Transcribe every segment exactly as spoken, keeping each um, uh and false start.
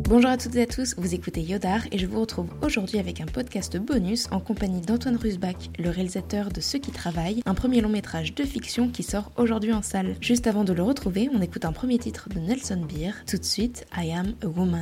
Bonjour à toutes et à tous, vous écoutez Yodar et je vous retrouve aujourd'hui avec un podcast bonus en compagnie d'Antoine Rusbach, le réalisateur de Ceux qui travaillent, un premier long métrage de fiction qui sort aujourd'hui en salle. Juste avant de le retrouver, on écoute un premier titre de Nelson Beer, tout de suite I Am a Woman.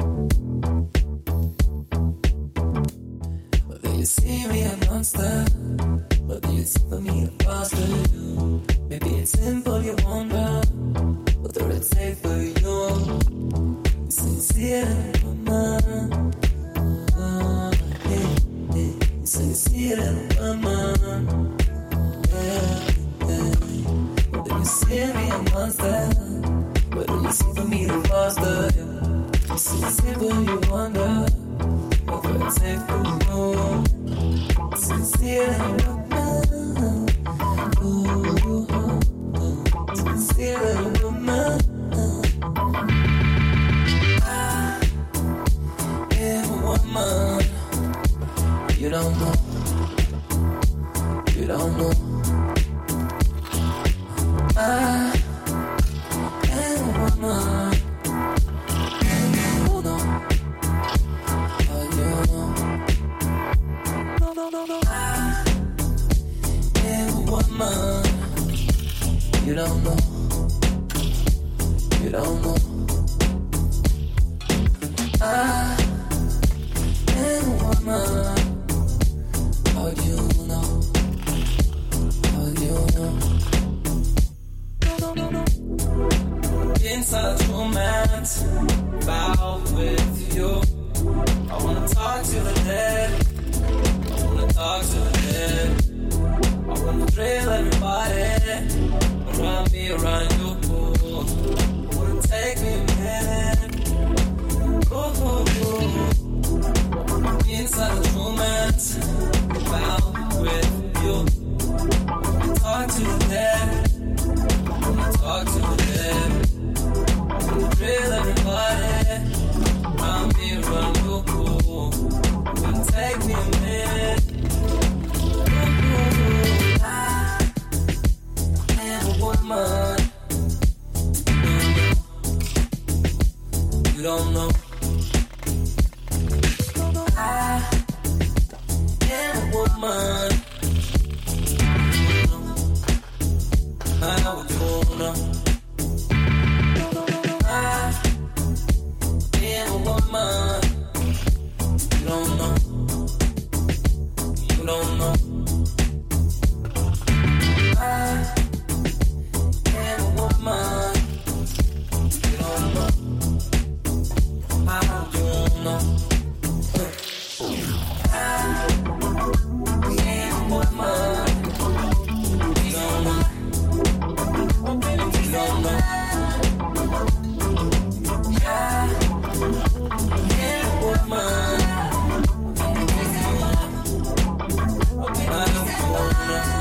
You see me a monster, but do you see for me to foster you? Maybe it's simple, you wonder, but the red safe for you. You sincere woman, oh, hey, hey. You sincere woman, yeah, yeah. But do you see me a monster, but do you see for me to foster you? You simple, you wonder. Safe for you, sincere woman, ooh, sincere woman. I am a woman. You don't know, you don't know. I am a woman. You don't know, you don't know. I am a woman. How do you know? How do you know? Inside a romance, vow with you. I wanna talk to the dead. I wanna talk to the dead. I wanna thrill everybody around me, around you. It wouldn't take me a minute. Ooh, ooh, ooh. Inside the romance, found with you. I wanna talk to the dead. I wanna talk to the dead. I wanna thrill everybody around me, around you. It wouldn't take me a minute. Woman, you don't know. I am a woman. How would you know? I am a woman. You don't know. You don't know. I man, you don't know. How do you know? I am a woman. You don't know. You don't know. I am a woman. I don't know.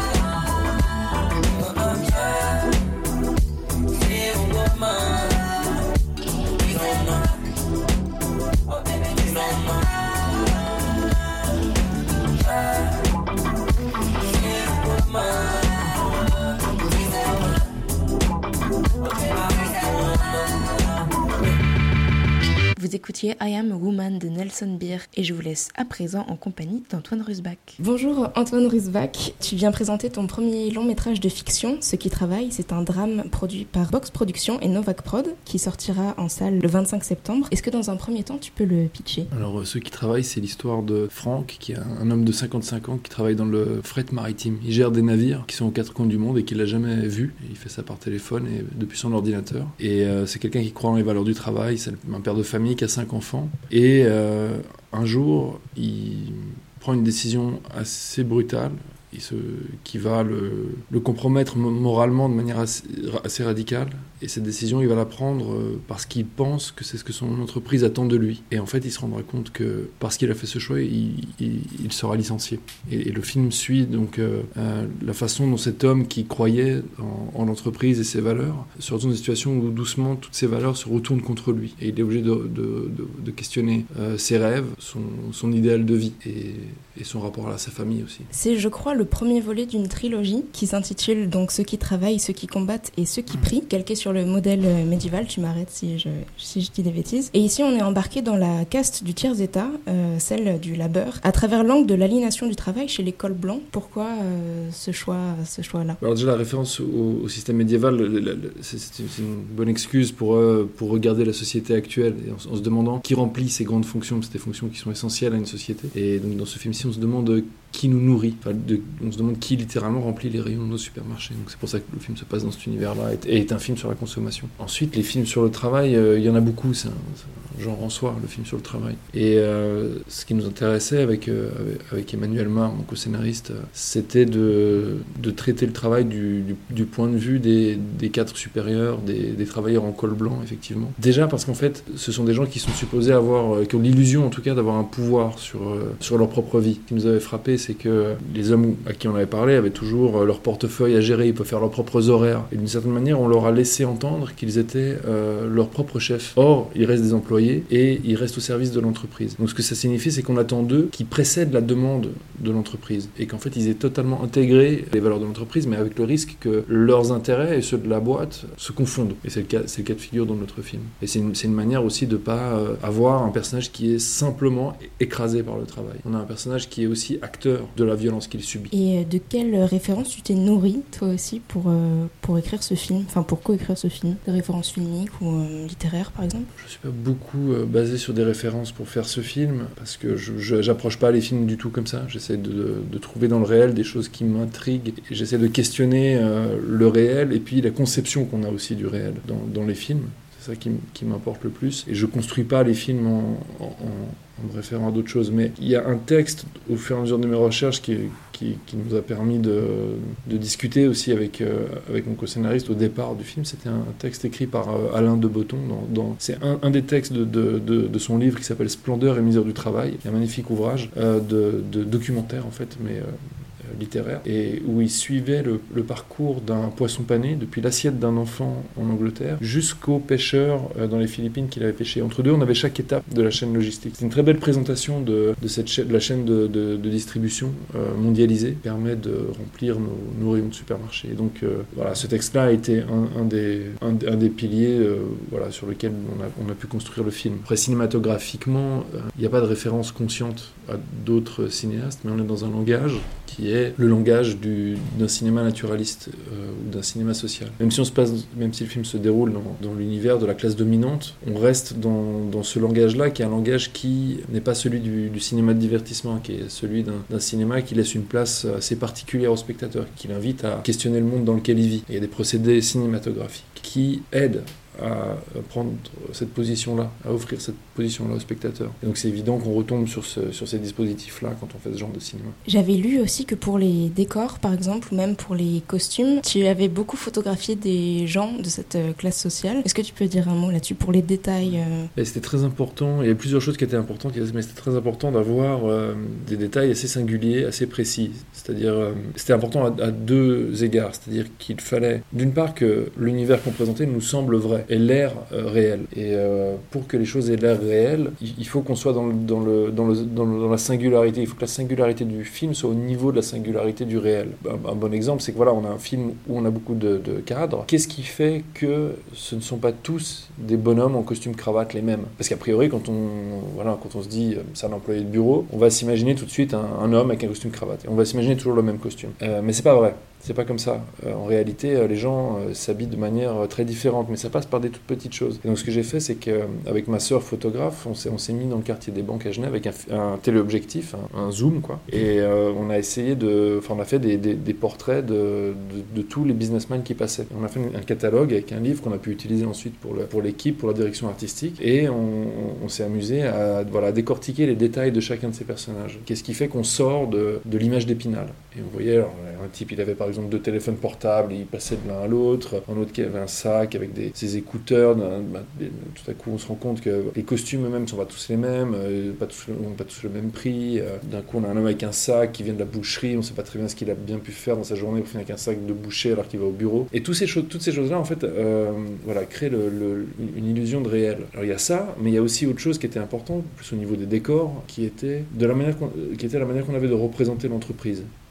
Vous écoutiez I Am a Woman de Nelson Beer et je vous laisse à présent en compagnie d'Antoine Rusbach. Bonjour Antoine Rusbach, tu viens présenter ton premier long métrage de fiction, Ceux qui travaillent. C'est un drame produit par Box Productions et Novak Prod qui sortira en salle le vingt-cinq septembre. Est-ce que dans un premier temps tu peux le pitcher ? Alors Ceux qui travaillent, c'est l'histoire de Franck, qui est un homme de cinquante-cinq ans qui travaille dans le fret maritime. Il gère des navires qui sont aux quatre coins du monde et qu'il n'a jamais vus. Il fait ça par téléphone et depuis son ordinateur. Et euh, c'est quelqu'un qui croit dans les valeurs du travail, c'est un père de famille qui a cinq enfants. Et euh, un jour, il prend une décision assez brutale il se, qui va le, le compromettre moralement de manière assez, assez radicale. Et cette décision, il va la prendre parce qu'il pense que c'est ce que son entreprise attend de lui. Et en fait, il se rendra compte que parce qu'il a fait ce choix, il, il, il sera licencié. Et, et le film suit donc euh, la façon dont cet homme qui croyait en, en l'entreprise et ses valeurs se retrouve dans une situation où doucement toutes ses valeurs se retournent contre lui. Et il est obligé de, de, de, de questionner euh, ses rêves, son, son idéal de vie et, et son rapport à sa famille aussi. C'est, je crois, le premier volet d'une trilogie qui s'intitule donc Ceux qui travaillent, ceux qui combattent et ceux qui prient. Quelle question sur le modèle médiéval, tu m'arrêtes si je, si je dis des bêtises. Et ici, on est embarqué dans la caste du tiers-état, euh, celle du labeur, à travers l'angle de l'aliénation du travail chez les cols blancs. Pourquoi euh, ce choix, ce choix-là ? Alors déjà, la référence au, au système médiéval, le, le, le, c'est, c'est une bonne excuse pour, euh, pour regarder la société actuelle, et en, en se demandant qui remplit ces grandes fonctions, c'est des fonctions qui sont essentielles à une société. Et donc dans ce film-ci, on se demande qui nous nourrit, enfin, de, on se demande qui littéralement remplit les rayons de nos supermarchés. Donc c'est pour ça que le film se passe dans cet univers-là et est un film sur la consommation. Ensuite, les films sur le travail, il euh, y en a beaucoup, c'est un, c'est un genre en soi, le film sur le travail. Et euh, ce qui nous intéressait avec, euh, avec Emmanuel Mar, mon co-scénariste, euh, c'était de, de traiter le travail du, du, du point de vue des, des cadres supérieurs, des, des travailleurs en col blanc, effectivement. Déjà parce qu'en fait, ce sont des gens qui sont supposés avoir, euh, qui ont l'illusion en tout cas d'avoir un pouvoir sur, euh, sur leur propre vie. Ce qui nous avait frappé, c'est que les hommes à qui on avait parlé avaient toujours leur portefeuille à gérer, ils peuvent faire leurs propres horaires. Et d'une certaine manière, on leur a laissé entendre qu'ils étaient euh, leurs propres chefs. Or, ils restent des employés et ils restent au service de l'entreprise. Donc ce que ça signifie, c'est qu'on attend d'eux qu'ils précèdent la demande de l'entreprise et qu'en fait, ils aient totalement intégré les valeurs de l'entreprise, mais avec le risque que leurs intérêts et ceux de la boîte se confondent. Et c'est le cas, c'est le cas de figure dans notre film. Et c'est une, c'est une manière aussi de ne pas euh, avoir un personnage qui est simplement écrasé par le travail. On a un personnage qui est aussi acteur de la violence qu'il subit. Et de quelle référence tu t'es nourri, toi aussi, pour, euh, pour écrire ce film, enfin pour co-écrire ce film? Des références filmiques ou euh, littéraires, par exemple? Je ne suis pas beaucoup euh, basé sur des références pour faire ce film, parce que je n'approche pas les films du tout comme ça. J'essaie de, de, de trouver dans le réel des choses qui m'intriguent, et j'essaie de questionner euh, le réel, et puis la conception qu'on a aussi du réel dans, dans les films. C'est ça qui, qui m'importe le plus. Et je ne construis pas les films en, en, en me référant à d'autres choses. Mais il y a un texte, au fur et à mesure de mes recherches, qui, qui, qui nous a permis de, de discuter aussi avec, euh, avec mon co-scénariste au départ du film. C'était un texte écrit par euh, Alain de Botton. Dans, dans, c'est un, un des textes de, de, de, de son livre qui s'appelle « Splendeur et misère du travail ». Il y a un magnifique ouvrage euh, de, de documentaire, en fait, mais... Euh, littéraire, et où il suivait le, le parcours d'un poisson pané depuis l'assiette d'un enfant en Angleterre jusqu'au pêcheur euh, dans les Philippines qu'il avait pêché. Entre deux, on avait chaque étape de la chaîne logistique. C'est une très belle présentation de, de, cette chaîne, de la chaîne de, de, de distribution euh, mondialisée, qui permet de remplir nos, nos rayons de supermarché. Et donc euh, voilà, ce texte-là a été un, un, des, un, un des piliers euh, voilà, sur lequel on a, on a pu construire le film. Après, cinématographiquement, il euh, n'y a pas de référence consciente à d'autres cinéastes, mais on est dans un langage qui est le langage du, d'un cinéma naturaliste euh, ou d'un cinéma social. Même si, on se passe, même si le film se déroule dans, dans l'univers de la classe dominante, on reste dans, dans ce langage-là, qui est un langage qui n'est pas celui du, du cinéma de divertissement, qui est celui d'un, d'un cinéma qui laisse une place assez particulière au spectateur, qui l'invite à questionner le monde dans lequel il vit. Et il y a des procédés cinématographiques qui aident à prendre cette position-là, à offrir cette position-là au spectateur. Et donc c'est évident qu'on retombe sur, ce, sur ces dispositifs-là quand on fait ce genre de cinéma. J'avais lu aussi que pour les décors, par exemple, ou même pour les costumes, tu avais beaucoup photographié des gens de cette classe sociale. Est-ce que tu peux dire un mot là-dessus pour les détails euh... Et c'était très important, il y a plusieurs choses qui étaient importantes, mais c'était très important d'avoir euh, des détails assez singuliers, assez précis. C'est-à-dire, euh, c'était important à, à deux égards, c'est-à-dire qu'il fallait, d'une part, que l'univers qu'on présentait nous semble vrai, et l'air euh, réel. Et euh, pour que les choses aient l'air réel, il, il faut qu'on soit dans, le, dans, le, dans, le, dans, le, dans la singularité. Il faut que la singularité du film soit au niveau de la singularité du réel. Un, un bon exemple, c'est que voilà, on a un film où on a beaucoup de, de cadres. Qu'est-ce qui fait que ce ne sont pas tous des bonhommes en costume cravate les mêmes? Parce qu'a priori, quand on, voilà, quand on se dit c'est un employé de bureau, on va s'imaginer tout de suite un, un homme avec un costume cravate. Et on va s'imaginer toujours le même costume. Euh, mais c'est pas vrai. C'est pas comme ça. Euh, en réalité, euh, les gens euh, s'habillent de manière euh, très différente, mais ça passe par des toutes petites choses. Et donc ce que j'ai fait, c'est qu'avec ma sœur photographe, on s'est, on s'est mis dans le quartier des Banques à Genève avec un, un téléobjectif, un, un zoom, quoi. Et euh, on a essayé de... Enfin, on a fait des, des, des portraits de, de, de tous les businessmen qui passaient. On a fait un catalogue avec un livre qu'on a pu utiliser ensuite pour, le, pour l'équipe, pour la direction artistique. Et on, on, on s'est amusé à voilà, décortiquer les détails de chacun de ces personnages. Qu'est-ce qui fait qu'on sort de, de l'image d'Épinal? Et on voyait, alors, un type, il avait par exemple deux téléphones portables, il passait de l'un à l'autre, un autre qui avait un sac avec des, ses écouteurs, bah, tout à coup on se rend compte que les costumes eux-mêmes ne sont pas tous les mêmes, euh, pas tous, pas tous le même prix, euh, d'un coup on a un homme avec un sac qui vient de la boucherie, on ne sait pas très bien ce qu'il a bien pu faire dans sa journée pour finir avec un sac de boucher alors qu'il va au bureau, et toutes ces choses, toutes ces choses-là en fait euh, voilà, créent le, le, une illusion de réel. Alors il y a ça, mais il y a aussi autre chose qui était importante, plus au niveau des décors, qui était, de la manière qu'on, qui était la manière qu'on avait de représenter l'entreprise.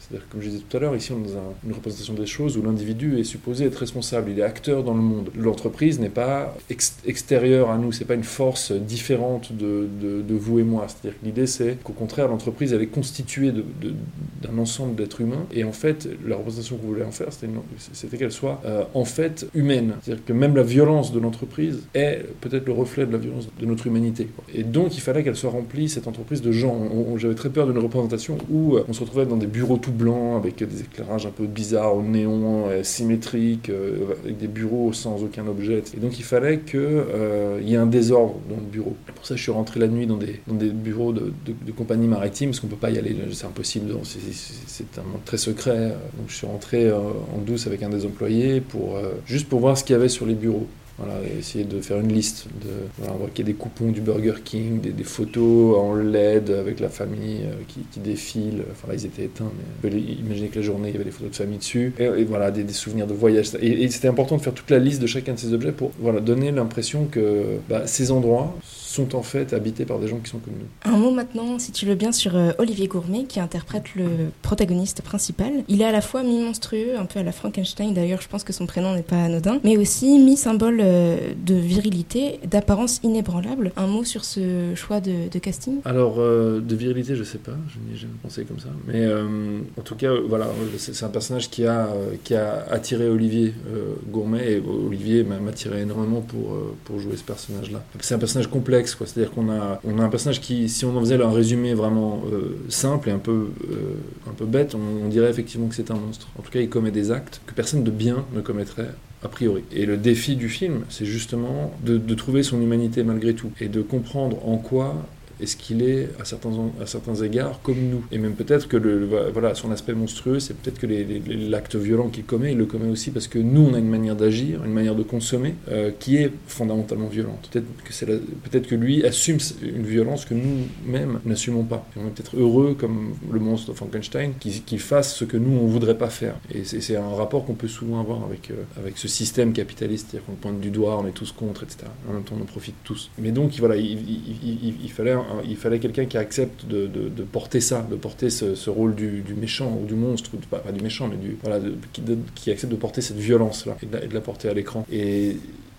C'est-à-dire, comme je disais tout à l'heure, ici on est dans un, une représentation des choses où l'individu est supposé être responsable, il est acteur dans le monde. L'entreprise n'est pas ex- extérieure à nous, c'est pas une force différente de, de, de vous et moi. C'est-à-dire que l'idée c'est qu'au contraire, l'entreprise elle est constituée de, de, d'un ensemble d'êtres humains, et en fait, la représentation qu'on voulait en faire, c'était, une, c'était qu'elle soit euh, en fait humaine. C'est-à-dire que même la violence de l'entreprise est peut-être le reflet de la violence de notre humanité, quoi. Et donc il fallait qu'elle soit remplie, cette entreprise, de gens. On, on, j'avais très peur d'une représentation où euh, on se retrouvait dans des bureaux tout blancs avec des éclairages un peu bizarres au néon, euh, symétriques, euh, avec des bureaux sans aucun objet. Et donc il fallait qu'il euh, y ait un désordre dans le bureau. Pour ça je suis rentré la nuit dans des, dans des bureaux de, de, de compagnies maritimes, parce qu'on peut pas y aller, c'est impossible, c'est, c'est, c'est un monde très secret. Donc je suis rentré euh, en douce avec un des employés pour, euh, juste pour voir ce qu'il y avait sur les bureaux. Voilà, essayer de faire une liste. De, voilà, on voit qu'il y a des coupons du Burger King, des, des photos en L E D avec la famille euh, qui, qui défile. Enfin là, ils étaient éteints, mais imaginez que la journée, il y avait des photos de famille dessus. Et, et voilà, des, des souvenirs de voyage. Et, et c'était important de faire toute la liste de chacun de ces objets pour voilà, donner l'impression que bah, ces endroits sont en fait habités par des gens qui sont comme nous. Un mot maintenant, si tu le veux bien, sur euh, Olivier Gourmet, qui interprète le protagoniste principal. Il est à la fois mi-monstrueux, un peu à la Frankenstein, d'ailleurs je pense que son prénom n'est pas anodin, mais aussi mi-symbole euh, de virilité, d'apparence inébranlable. Un mot sur ce choix de, de casting ? Alors, euh, de virilité, je sais pas, je n'y ai jamais pensé comme ça, mais euh, en tout cas, voilà, c'est, c'est un personnage qui a, euh, qui a attiré Olivier euh, Gourmet, et Olivier m'a, m'a attiré énormément pour, euh, pour jouer ce personnage-là. C'est un personnage complexe, quoi. C'est-à-dire qu'on a, on a un personnage qui, si on en faisait un résumé vraiment euh, simple et un peu, euh, un peu bête, on, on dirait effectivement que c'est un monstre. En tout cas, il commet des actes que personne de bien ne commettrait a priori. Et le défi du film, c'est justement de, de trouver son humanité malgré tout, et de comprendre en quoi est-ce qu'il est, à certains, à certains égards, comme nous. Et même peut-être que le, voilà, son aspect monstrueux, c'est peut-être que les, les, l'acte violent qu'il commet, il le commet aussi parce que nous, on a une manière d'agir, une manière de consommer, euh, qui est fondamentalement violente. Peut-être que, c'est la, peut-être que lui assume une violence que nous-mêmes n'assumons pas. Et on est peut-être heureux, comme le monstre de Frankenstein, qu'il, qu'il fasse ce que nous, on ne voudrait pas faire. Et c'est, c'est un rapport qu'on peut souvent avoir avec, euh, avec ce système capitaliste, c'est-à-dire qu'on pointe du doigt, on est tous contre, et cetera. En même temps, on en profite tous. Mais donc, voilà, il, il, il, il fallait... il fallait quelqu'un qui accepte de, de, de porter ça, de porter ce, ce rôle du, du méchant ou du monstre, ou de, pas, pas du méchant, mais du, voilà, de, qui, de, qui accepte de porter cette violence-là et de la, et de la porter à l'écran. Et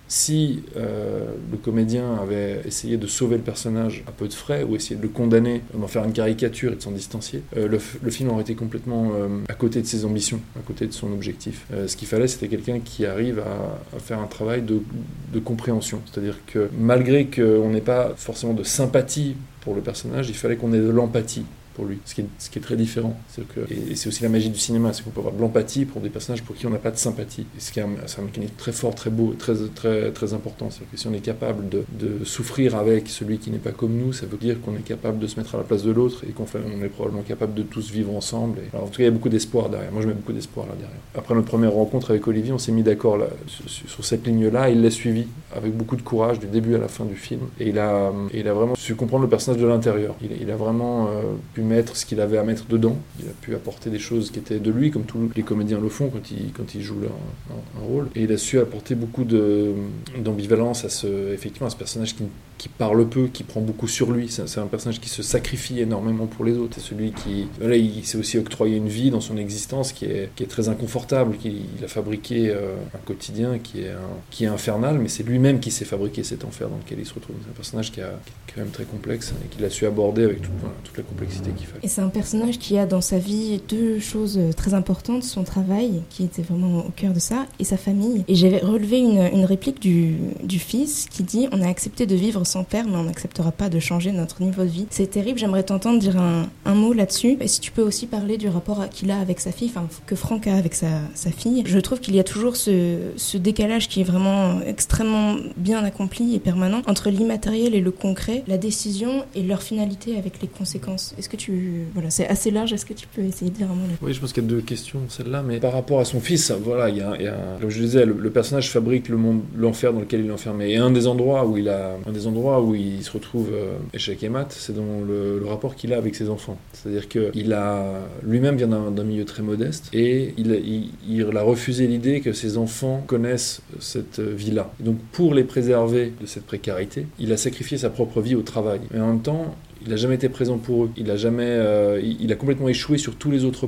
si euh, le comédien avait essayé de sauver le personnage à peu de frais, ou essayé de le condamner, d'en faire une caricature et de s'en distancier, euh, le, le film aurait été complètement euh, à côté de ses ambitions, à côté de son objectif. Euh, ce qu'il fallait, c'était quelqu'un qui arrive à, à faire un travail de, de compréhension. C'est-à-dire que malgré qu'on n'ait pas forcément de sympathie pour le personnage, il fallait qu'on ait de l'empathie pour lui, ce qui est, ce qui est très différent. C'est que, et c'est aussi la magie du cinéma, c'est qu'on peut avoir de l'empathie pour des personnages pour qui on n'a pas de sympathie. Et ce qui est un, c'est un mécanisme très fort, très beau, très, très, très important. C'est que si on est capable de, de souffrir avec celui qui n'est pas comme nous, ça veut dire qu'on est capable de se mettre à la place de l'autre et qu'on fait, on est probablement capable de tous vivre ensemble. Et, alors, en tout cas, il y a beaucoup d'espoir derrière. Moi, je mets beaucoup d'espoir là derrière. Après notre première rencontre avec Olivier, on s'est mis d'accord là, sur, sur cette ligne-là. Il l'a suivi avec beaucoup de courage du début à la fin du film. Et il a, et il a vraiment su comprendre le personnage de l'intérieur. Il, il a vraiment euh, pu mettre ce qu'il avait à mettre dedans. Il a pu apporter des choses qui étaient de lui, comme tous les comédiens le font quand ils, quand ils jouent leur, un, un rôle. Et il a su apporter beaucoup de, d'ambivalence à ce, effectivement, à ce personnage qui, qui parle peu, qui prend beaucoup sur lui. C'est, c'est un personnage qui se sacrifie énormément pour les autres. C'est celui qui, voilà, il s'est aussi octroyé une vie dans son existence qui est, qui est très inconfortable. Qui, il a fabriqué euh, un quotidien qui est, un, qui est infernal, mais c'est lui-même qui s'est fabriqué cet enfer dans lequel il se retrouve. C'est un personnage qui, a, qui est quand même très complexe et qu'il a su aborder avec toute, voilà, toute la complexité qu'il fallait. Et c'est un personnage qui a dans sa vie deux choses très importantes, son travail, qui était vraiment au cœur de ça, et sa famille. Et j'ai relevé une, une réplique du, du fils qui dit « On a accepté de vivre sans père, mais on n'acceptera pas de changer notre niveau de vie. » C'est terrible, j'aimerais t'entendre dire un, un mot là-dessus. Et si tu peux aussi parler du rapport qu'il a avec sa fille, enfin que Franck a avec sa, sa fille. Je trouve qu'il y a toujours ce, ce décalage qui est vraiment extrêmement bien accompli et permanent entre l'immatériel et le concret, la décision et leur finalité avec les conséquences. Est-ce que tu... Voilà, c'est assez large, est-ce que tu peux essayer de dire un mot là-dessus ? Oui, je pense qu'il y a deux questions, celle-là, mais par rapport à son fils, voilà, il y a, il y a comme je disais, le, le personnage fabrique le monde, l'enfer dans lequel il est enfermé. Et un des endroits où il a, un des endroits où il se retrouve euh, échec et mat, c'est dans le, le rapport qu'il a avec ses enfants. C'est-à-dire que il a, lui-même vient d'un, d'un milieu très modeste et il, il, il a refusé l'idée que ses enfants connaissent cette vie-là. Et donc, pour les préserver de cette précarité, il a sacrifié sa propre vie au travail. Mais en même temps, il n'a jamais été présent pour eux. Il a jamais, euh, il, il a complètement échoué sur tous les autres plans.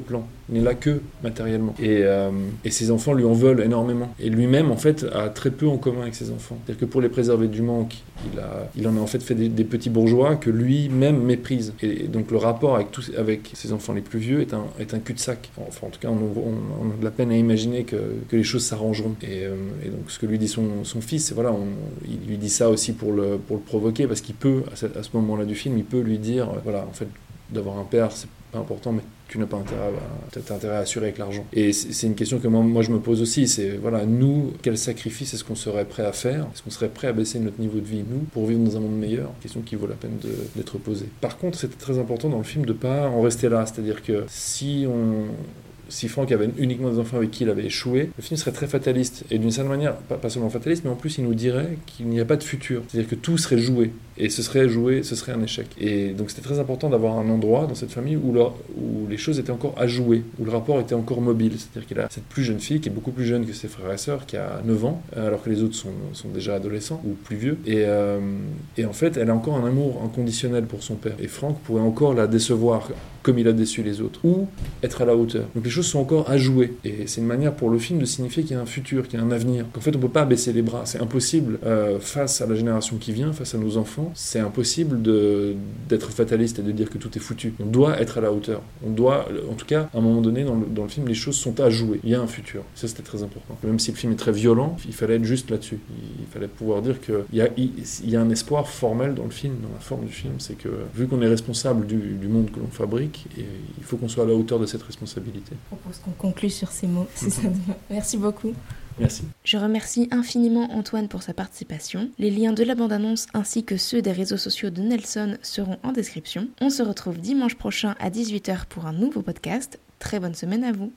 Il n'est là que matériellement. Et, euh, et ses enfants lui en veulent énormément. Et lui-même, en fait, a très peu en commun avec ses enfants. C'est-à-dire que pour les préserver du manque, il, a, il en a en fait fait des, des petits bourgeois que lui-même méprise. Et, et donc le rapport avec, tous, avec ses enfants les plus vieux est un, est un cul-de-sac. Enfin, en tout cas, on, on, on a de la peine à imaginer que, que les choses s'arrangeront. Et, euh, et donc ce que lui dit son, son fils, c'est voilà, on, il lui dit ça aussi pour le, pour le provoquer, parce qu'il peut, à ce, à ce moment-là du film, il peut lui dire, euh, voilà, en fait, d'avoir un père, c'est pas important, mais tu n'as pas intérêt à, t'as intérêt à assurer avec l'argent. Et c'est, c'est une question que moi, moi je me pose aussi, c'est voilà, nous, quel sacrifice est-ce qu'on serait prêt à faire? Est-ce qu'on serait prêt à baisser notre niveau de vie, nous, pour vivre dans un monde meilleur? Question qui vaut la peine de, d'être posée. Par contre, c'était très important dans le film de pas en rester là, c'est-à-dire que si on... Si Franck avait uniquement des enfants avec qui il avait échoué, le film serait très fataliste. Et d'une certaine manière, pas, pas seulement fataliste, mais en plus il nous dirait qu'il n'y a pas de futur. C'est-à-dire que tout serait joué. Et ce serait joué, ce serait un échec. Et donc c'était très important d'avoir un endroit dans cette famille où, leur, où les choses étaient encore à jouer, où le rapport était encore mobile. C'est-à-dire qu'il a cette plus jeune fille qui est beaucoup plus jeune que ses frères et sœurs, qui a neuf ans, alors que les autres sont, sont déjà adolescents ou plus vieux. Et, euh, et en fait, elle a encore un amour inconditionnel pour son père. Et Franck pourrait encore la décevoir comme il a déçu les autres, ou être à la hauteur. Donc les choses sont encore à jouer. Et c'est une manière pour le film de signifier qu'il y a un futur, qu'il y a un avenir. Qu'en fait, on ne peut pas baisser les bras. C'est impossible euh, face à la génération qui vient, face à nos enfants. C'est impossible de, d'être fataliste et de dire que tout est foutu. On doit être à la hauteur. On doit, en tout cas, à un moment donné, dans le, dans le film, les choses sont à jouer. Il y a un futur. Ça, c'était très important. Même si le film est très violent, il fallait être juste là-dessus. Il fallait pouvoir dire qu'il y a, il, il y a un espoir formel dans le film, dans la forme du film. C'est que, vu qu'on est responsable du, du monde que l'on fabrique, et il faut qu'on soit à la hauteur de cette responsabilité. Je propose qu'on conclue sur ces mots, si ça te va. Merci beaucoup. Merci. Je remercie infiniment Antoine pour sa participation. Les liens de la bande-annonce ainsi que ceux des réseaux sociaux de Nelson seront en description. On se retrouve dimanche prochain à dix-huit heures pour un nouveau podcast. Très bonne semaine à vous.